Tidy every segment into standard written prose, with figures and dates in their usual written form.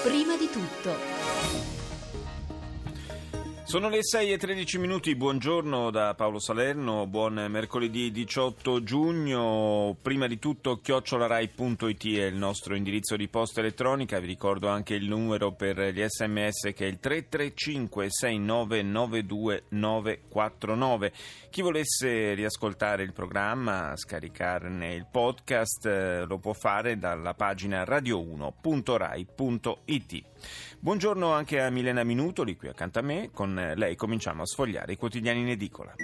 Prima di tutto. Sono le 6:13, buongiorno da Paolo Salerno, buon mercoledì 18 giugno, prima di tutto @rai.it è il nostro indirizzo di posta elettronica, vi ricordo anche il numero per gli sms che è il 335 6992 949. Chi volesse riascoltare il programma, scaricarne il podcast, lo può fare dalla pagina radio1.rai.it. Buongiorno anche a Milena Minutoli, qui accanto a me, con lei cominciamo a sfogliare i quotidiani in edicola.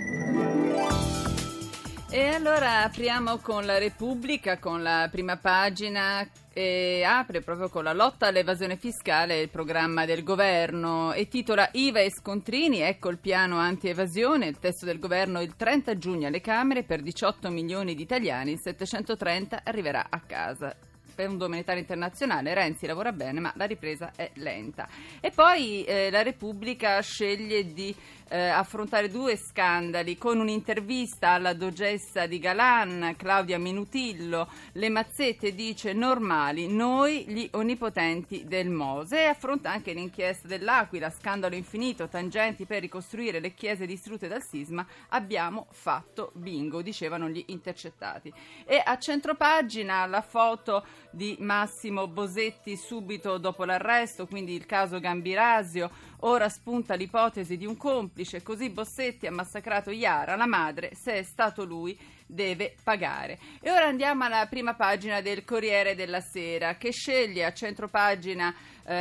E allora apriamo con la Repubblica, con la prima pagina, e apre proprio con la lotta all'evasione fiscale, il programma del governo, e titola IVA e scontrini, ecco il piano anti-evasione, il testo del governo il 30 giugno alle Camere per 18 milioni di italiani, il 730 arriverà a casa. Fondo monetario internazionale, Renzi lavora bene ma la ripresa è lenta. E poi la Repubblica sceglie di affrontare due scandali con un'intervista alla dogessa di Galan, Claudia Minutillo. Le mazzette dice normali, noi gli onnipotenti del Mose, e affronta anche l'inchiesta dell'Aquila, scandalo infinito, tangenti per ricostruire le chiese distrutte dal sisma, abbiamo fatto bingo, dicevano gli intercettati. E a centropagina la foto di Massimo Bosetti subito dopo l'arresto, quindi il caso Gambirasio. Ora spunta l'ipotesi di un complice, così Bossetti ha massacrato Iara, la madre, se è stato lui deve pagare. E ora andiamo alla prima pagina del Corriere della Sera, che sceglie a centropagina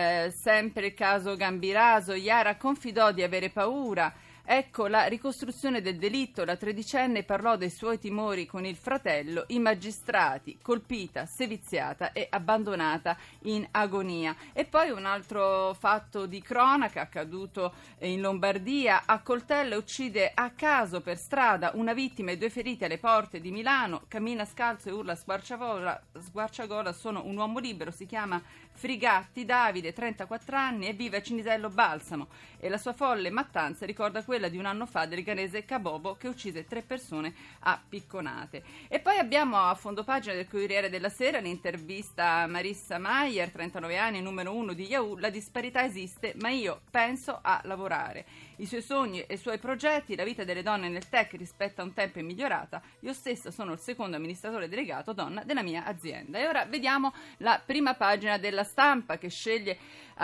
sempre il caso Gambiraso. Iara confidò di avere paura. Ecco la ricostruzione del delitto, la tredicenne parlò dei suoi timori con il fratello, i magistrati, colpita, seviziata e abbandonata in agonia. E poi un altro fatto di cronaca accaduto in Lombardia, a coltello uccide a caso per strada una vittima e due feriti alle porte di Milano, cammina scalzo e urla squarciagola, sono un uomo libero, si chiama Frigatti Davide, 34 anni, e vive a Cinisello Balsamo, e la sua folle mattanza ricorda quella di un anno fa del ghanese Kabobo che uccise 3 persone a picconate. E poi abbiamo a fondopagina del Corriere della Sera l'intervista a Marissa Mayer, 39 anni, numero 1 di Yahoo. La disparità esiste, ma io penso a lavorare. I suoi sogni e i suoi progetti, la vita delle donne nel tech rispetto a un tempo è migliorata. Io stessa sono il secondo amministratore delegato donna della mia azienda. E ora vediamo la prima pagina della Stampa, che sceglie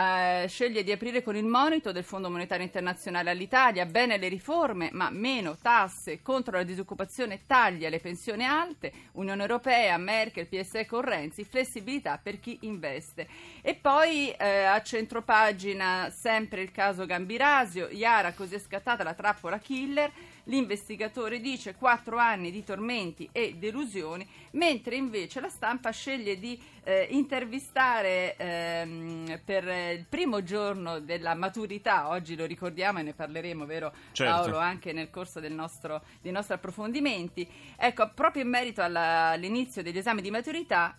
di aprire con il monito del Fondo monetario internazionale all'Italia. Bene le riforme, ma meno tasse, contro la disoccupazione, tagli alle pensioni alte, Unione Europea, Merkel, PSE con Renzi, flessibilità per chi investe. E poi a centropagina sempre il caso Gambirasio, Iara, così è scattata la trappola killer. L'investigatore dice 4 anni di tormenti e delusioni, mentre invece la Stampa sceglie di intervistare per il primo giorno della maturità, oggi lo ricordiamo e ne parleremo, vero certo, Paolo, anche nel corso dei nostri approfondimenti. Ecco, proprio in merito all'inizio degli esami di maturità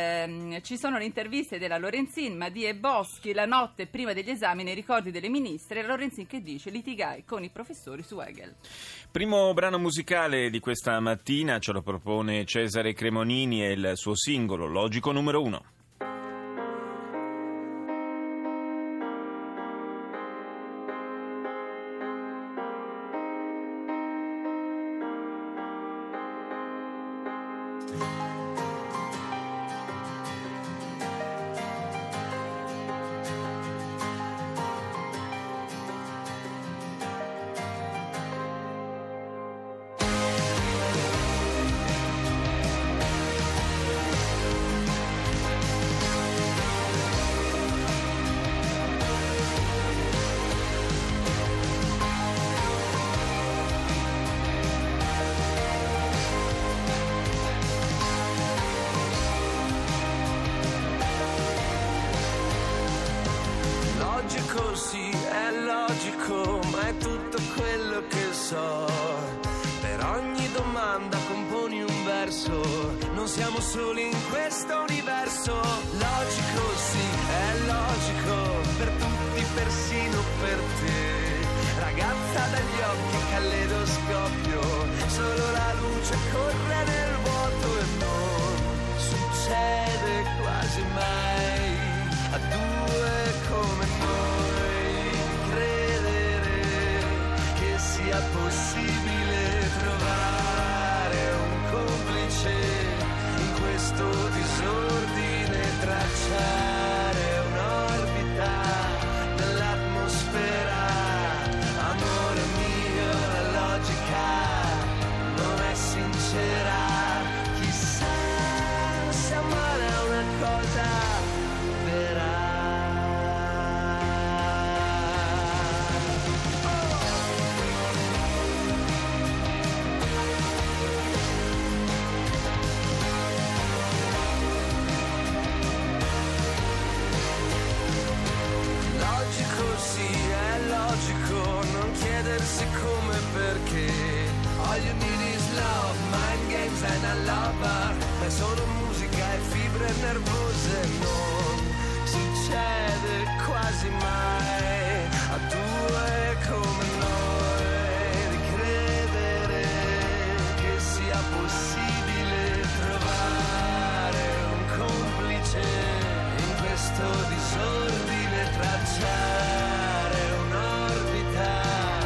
ci sono le interviste della Lorenzin, Madie e Boschi la notte prima degli esami nei ricordi delle ministre. La Lorenzin che dice litigai con i professori su Hegel. Primo brano musicale di questa mattina ce lo propone Cesare Cremonini e il suo singolo Logico numero 1. Sì, è logico, ma è tutto quello che so. Per ogni domanda componi un verso. Non siamo soli in questo universo. Logico, sì, è logico. Per tutti, persino per te. Ragazza dagli occhi, caleidoscopio. Solo la luce corre nel vuoto e non succede quasi mai a due sincerà. Chissà se amare è una cosa vera. Come perché all you need is love, mind games and a lover. È solo musica e fibre nervose, non succede quasi mai a due come noi di credere che sia possibile trovare un complice in questo disordine, tracciare un'orbita.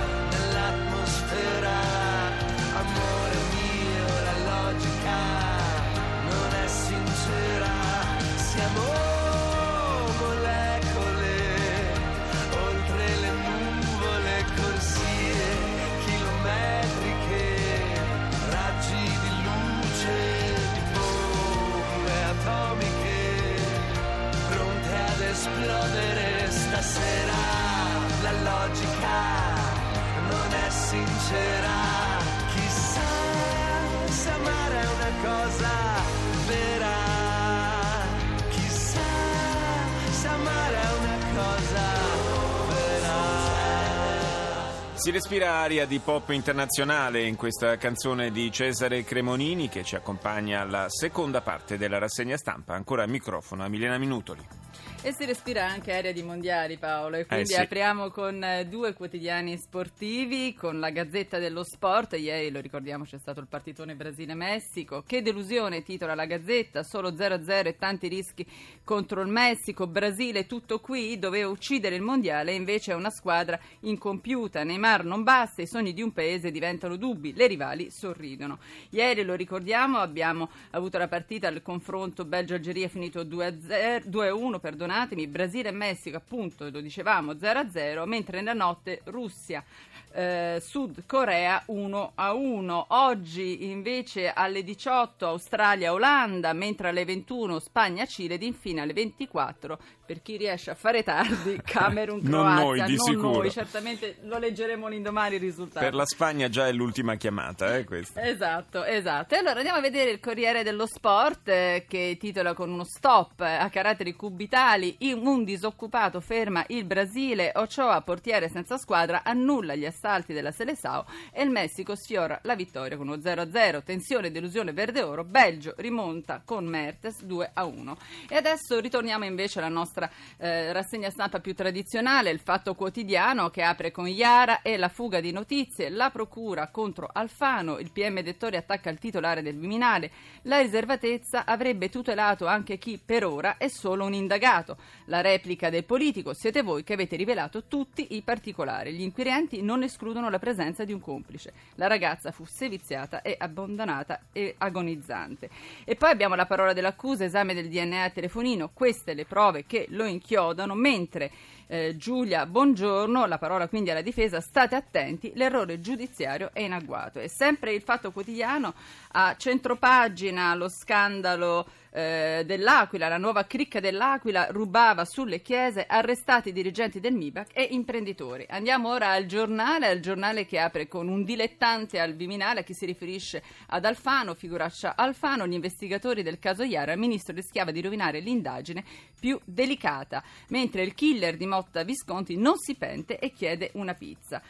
Amore mio, la logica non è sincera, siamo molecole, oltre le nuvole, corsie chilometriche, raggi di luce, di bombe atomiche, pronte ad esplodere stasera, la logica non è sincera. Chissà se amare è una cosa vera. Chissà se amare è una cosa vera. Si respira aria di pop internazionale in questa canzone di Cesare Cremonini, che ci accompagna alla seconda parte della rassegna stampa. Ancora al microfono a Milena Minutoli. E si respira anche aria di mondiali, Paolo, e quindi sì. Apriamo con due quotidiani sportivi, con la Gazzetta dello Sport. Ieri, lo ricordiamo, c'è stato il partitone Brasile-Messico. Che delusione, titola la Gazzetta, solo 0-0 e tanti rischi contro il Messico. Brasile tutto qui, doveva uccidere il mondiale, invece è una squadra incompiuta. Neymar non basta, i sogni di un paese diventano dubbi, le rivali sorridono. Ieri, lo ricordiamo, abbiamo avuto la partita, il confronto Belgio-Algeria finito 2-1, perdonatemi, Brasile e Messico, appunto, lo dicevamo, 0-0, mentre nella notte Russia, Sud Corea 1-1. Oggi invece alle 18 Australia-Olanda, mentre alle 21 Spagna-Cile ed infine alle 24, per chi riesce a fare tardi, Camerun-Croazia. Non noi, di sicuro. Noi, certamente lo leggeremo l'indomani il risultato. Per la Spagna già è l'ultima chiamata, questa. Esatto. E allora andiamo a vedere il Corriere dello Sport, che titola con uno stop a caratteri cubitali: un disoccupato ferma il Brasile, Ochoa portiere senza squadra annulla gli assalti della Seleção e il Messico sfiora la vittoria con uno 0-0. Tensione e delusione verde-oro, Belgio rimonta con Mertes 2-1. E adesso ritorniamo invece alla nostra rassegna stampa più tradizionale, il Fatto Quotidiano, che apre con Iara e la fuga di notizie, la procura contro Alfano, il PM Dettori attacca il titolare del Viminale, la riservatezza avrebbe tutelato anche chi per ora è solo un indagato, la replica del politico: siete voi che avete rivelato tutti i particolari, gli inquirenti non escludono la presenza di un complice, la ragazza fu seviziata e abbandonata e agonizzante. E poi abbiamo la parola dell'accusa, esame del DNA telefonino, queste le prove che lo inchiodano, mentre Giulia Bongiorno, la parola quindi alla difesa: state attenti, l'errore giudiziario è in agguato. E sempre il Fatto Quotidiano, a centropagina lo scandalo dell'Aquila, la nuova cricca dell'Aquila rubava sulle chiese, arrestati dirigenti del MIBAC e imprenditori. Andiamo ora al giornale che apre con un dilettante al Viminale, a chi si riferisce ad Alfano, figuraccia Alfano, gli investigatori del caso Iara, il ministro rischiava di rovinare l'indagine più delicata, mentre il killer di Motta Visconti non si pente e chiede una pizza.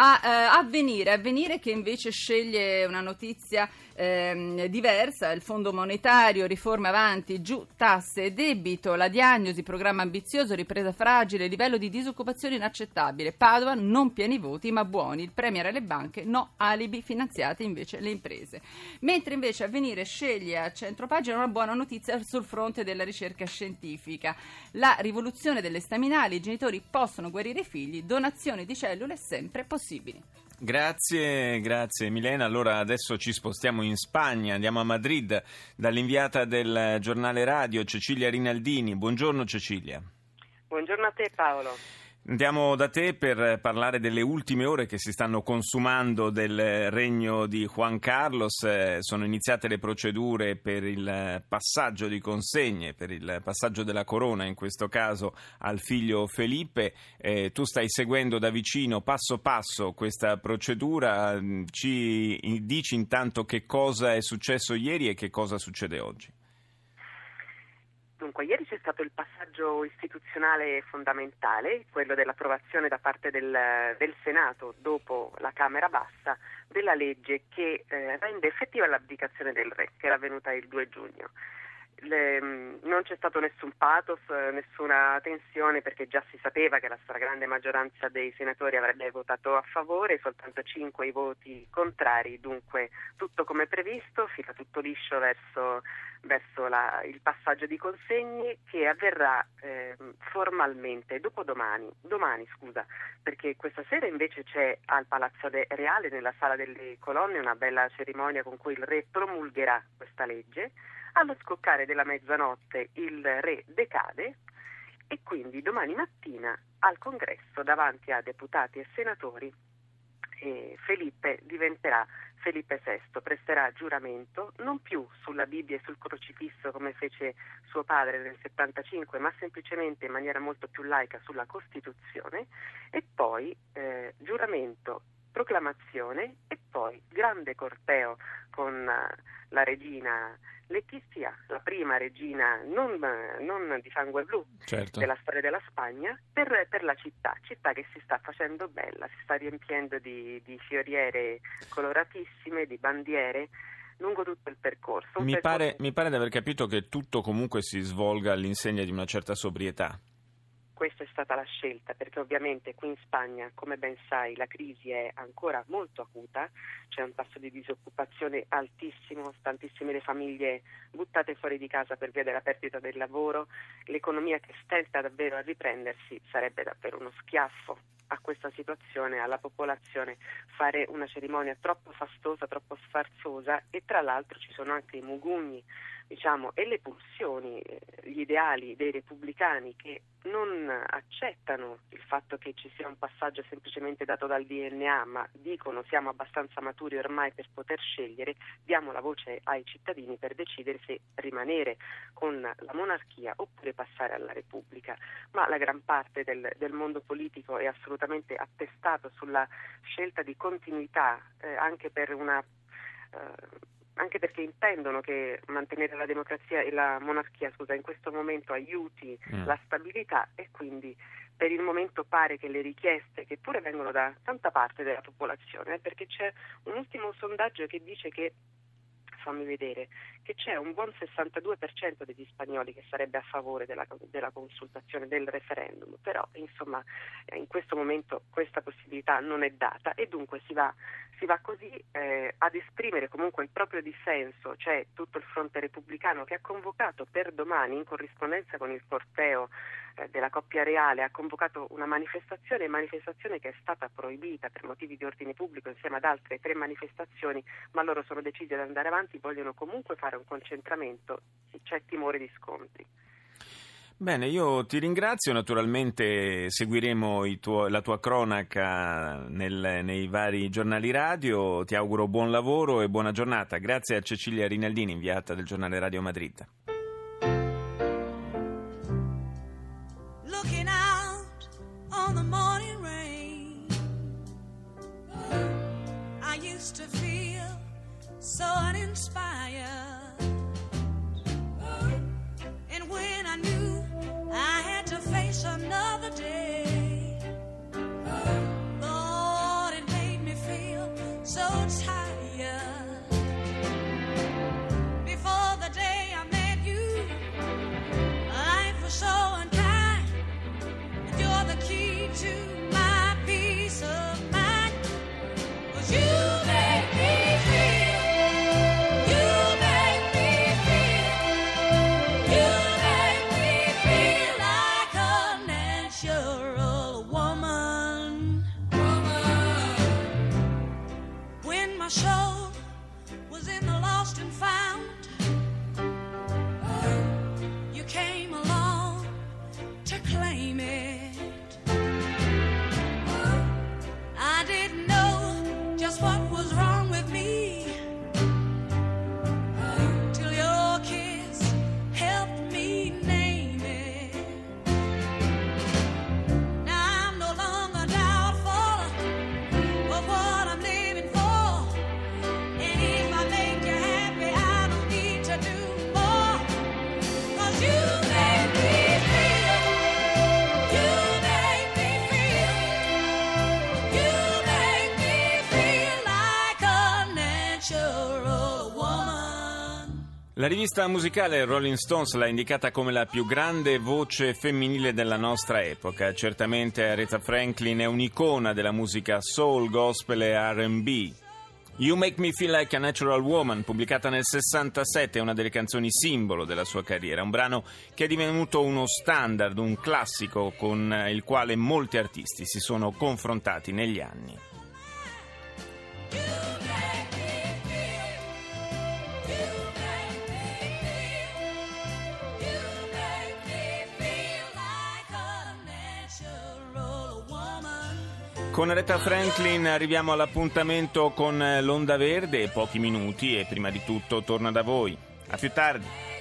Avvenire che invece sceglie una notizia diversa, il Fondo Monetario, riforme avanti, giù tasse e debito, la diagnosi, programma ambizioso, ripresa fragile, livello di disoccupazione inaccettabile, Padova non pieni voti ma buoni, il premier alle banche, no alibi, finanziate invece le imprese. Mentre invece Avvenire sceglie a centropagina una buona notizia sul fronte della ricerca scientifica, la rivoluzione delle staminali, i genitori possono guarire i figli, donazioni di cellule sempre possibili. Grazie Milena. Allora adesso ci spostiamo in Spagna, andiamo a Madrid dall'inviata del giornale radio Cecilia Rinaldini. Buongiorno Cecilia. Buongiorno a te Paolo. Andiamo da te per parlare delle ultime ore che si stanno consumando del regno di Juan Carlos. Sono iniziate le procedure per il passaggio di consegne, per il passaggio della corona, in questo caso al figlio Felipe. Tu stai seguendo da vicino, passo passo, questa procedura. Ci dici intanto che cosa è successo ieri e che cosa succede oggi? Dunque, ieri c'è stato il passaggio istituzionale fondamentale, quello dell'approvazione da parte del Senato, dopo la Camera Bassa, della legge che rende effettiva l'abdicazione del re, che era avvenuta il 2 giugno. Non c'è stato nessun pathos, nessuna tensione, perché già si sapeva che la stragrande maggioranza dei senatori avrebbe votato a favore, soltanto 5 i voti contrari, dunque tutto come previsto, fila tutto liscio verso il passaggio di consegne, che avverrà formalmente domani, perché questa sera invece c'è al Palazzo Reale, nella Sala delle Colonne, una bella cerimonia con cui il re promulgherà questa legge. Allo scoccare della mezzanotte il re decade e quindi domani mattina al Congresso, davanti a deputati e senatori, Felipe diventerà Felipe VI, presterà giuramento non più sulla Bibbia e sul crocifisso come fece suo padre nel 75, ma semplicemente in maniera molto più laica sulla Costituzione, e poi giuramento, proclamazione e poi grande corteo con la regina Letizia, la prima regina non di sangue blu, certo, della storia della Spagna, per la città che si sta facendo bella, si sta riempiendo di fioriere coloratissime, di bandiere lungo tutto il percorso. Mi pare di aver capito che tutto comunque si svolga all'insegna di una certa sobrietà. Questa è stata la scelta, perché ovviamente qui in Spagna, come ben sai, la crisi è ancora molto acuta, c'è un tasso di disoccupazione altissimo, tantissime le famiglie buttate fuori di casa per via della perdita del lavoro, l'economia che stenta davvero a riprendersi. Sarebbe davvero uno schiaffo a questa situazione, alla popolazione, fare una cerimonia troppo fastosa, troppo sfarzosa, e tra l'altro ci sono anche i mugugni, e le pulsioni, gli ideali dei repubblicani, che non accettano il fatto che ci sia un passaggio semplicemente dato dal DNA, ma dicono: siamo abbastanza maturi ormai per poter scegliere, diamo la voce ai cittadini per decidere se rimanere con la monarchia oppure passare alla Repubblica. Ma la gran parte del mondo politico è assolutamente attestato sulla scelta di continuità, anche perché intendono che mantenere la democrazia e la monarchia, in questo momento aiuti la stabilità, e quindi per il momento pare che le richieste, che pure vengono da tanta parte della popolazione, perché c'è un ultimo sondaggio che dice che c'è un buon 62% degli spagnoli che sarebbe a favore della consultazione, del referendum, però insomma in questo momento questa possibilità non è data, e dunque si va così ad esprimere comunque il proprio dissenso. C'è tutto il fronte repubblicano che ha convocato per domani, in corrispondenza con il corteo della coppia reale, ha convocato una manifestazione che è stata proibita per motivi di ordine pubblico insieme ad altre 3 manifestazioni, ma loro sono decisi ad andare avanti, vogliono comunque fare un concentramento, c'è timore di scontri. Bene, io ti ringrazio, naturalmente seguiremo la tua cronaca nei vari giornali radio, ti auguro buon lavoro e buona giornata. Grazie a Cecilia Rinaldini, inviata del giornale Radio Madrid. Looking out on the morning rain, I used to feel so uninspired, and when I knew I had to face another day, Lord, it made me feel so tired. Before the day I met you, life was so unkind, and you're the key to my peace of mind. 'Cause you make me feel, you make La rivista musicale Rolling Stones l'ha indicata come la più grande voce femminile della nostra epoca. Certamente Aretha Franklin è un'icona della musica soul, gospel e R&B. You Make Me Feel Like a Natural Woman, pubblicata nel 67, è una delle canzoni simbolo della sua carriera, un brano che è divenuto uno standard, un classico con il quale molti artisti si sono confrontati negli anni. Con Aretha Franklin arriviamo all'appuntamento con l'Onda Verde, pochi minuti e prima di tutto torna da voi. A più tardi.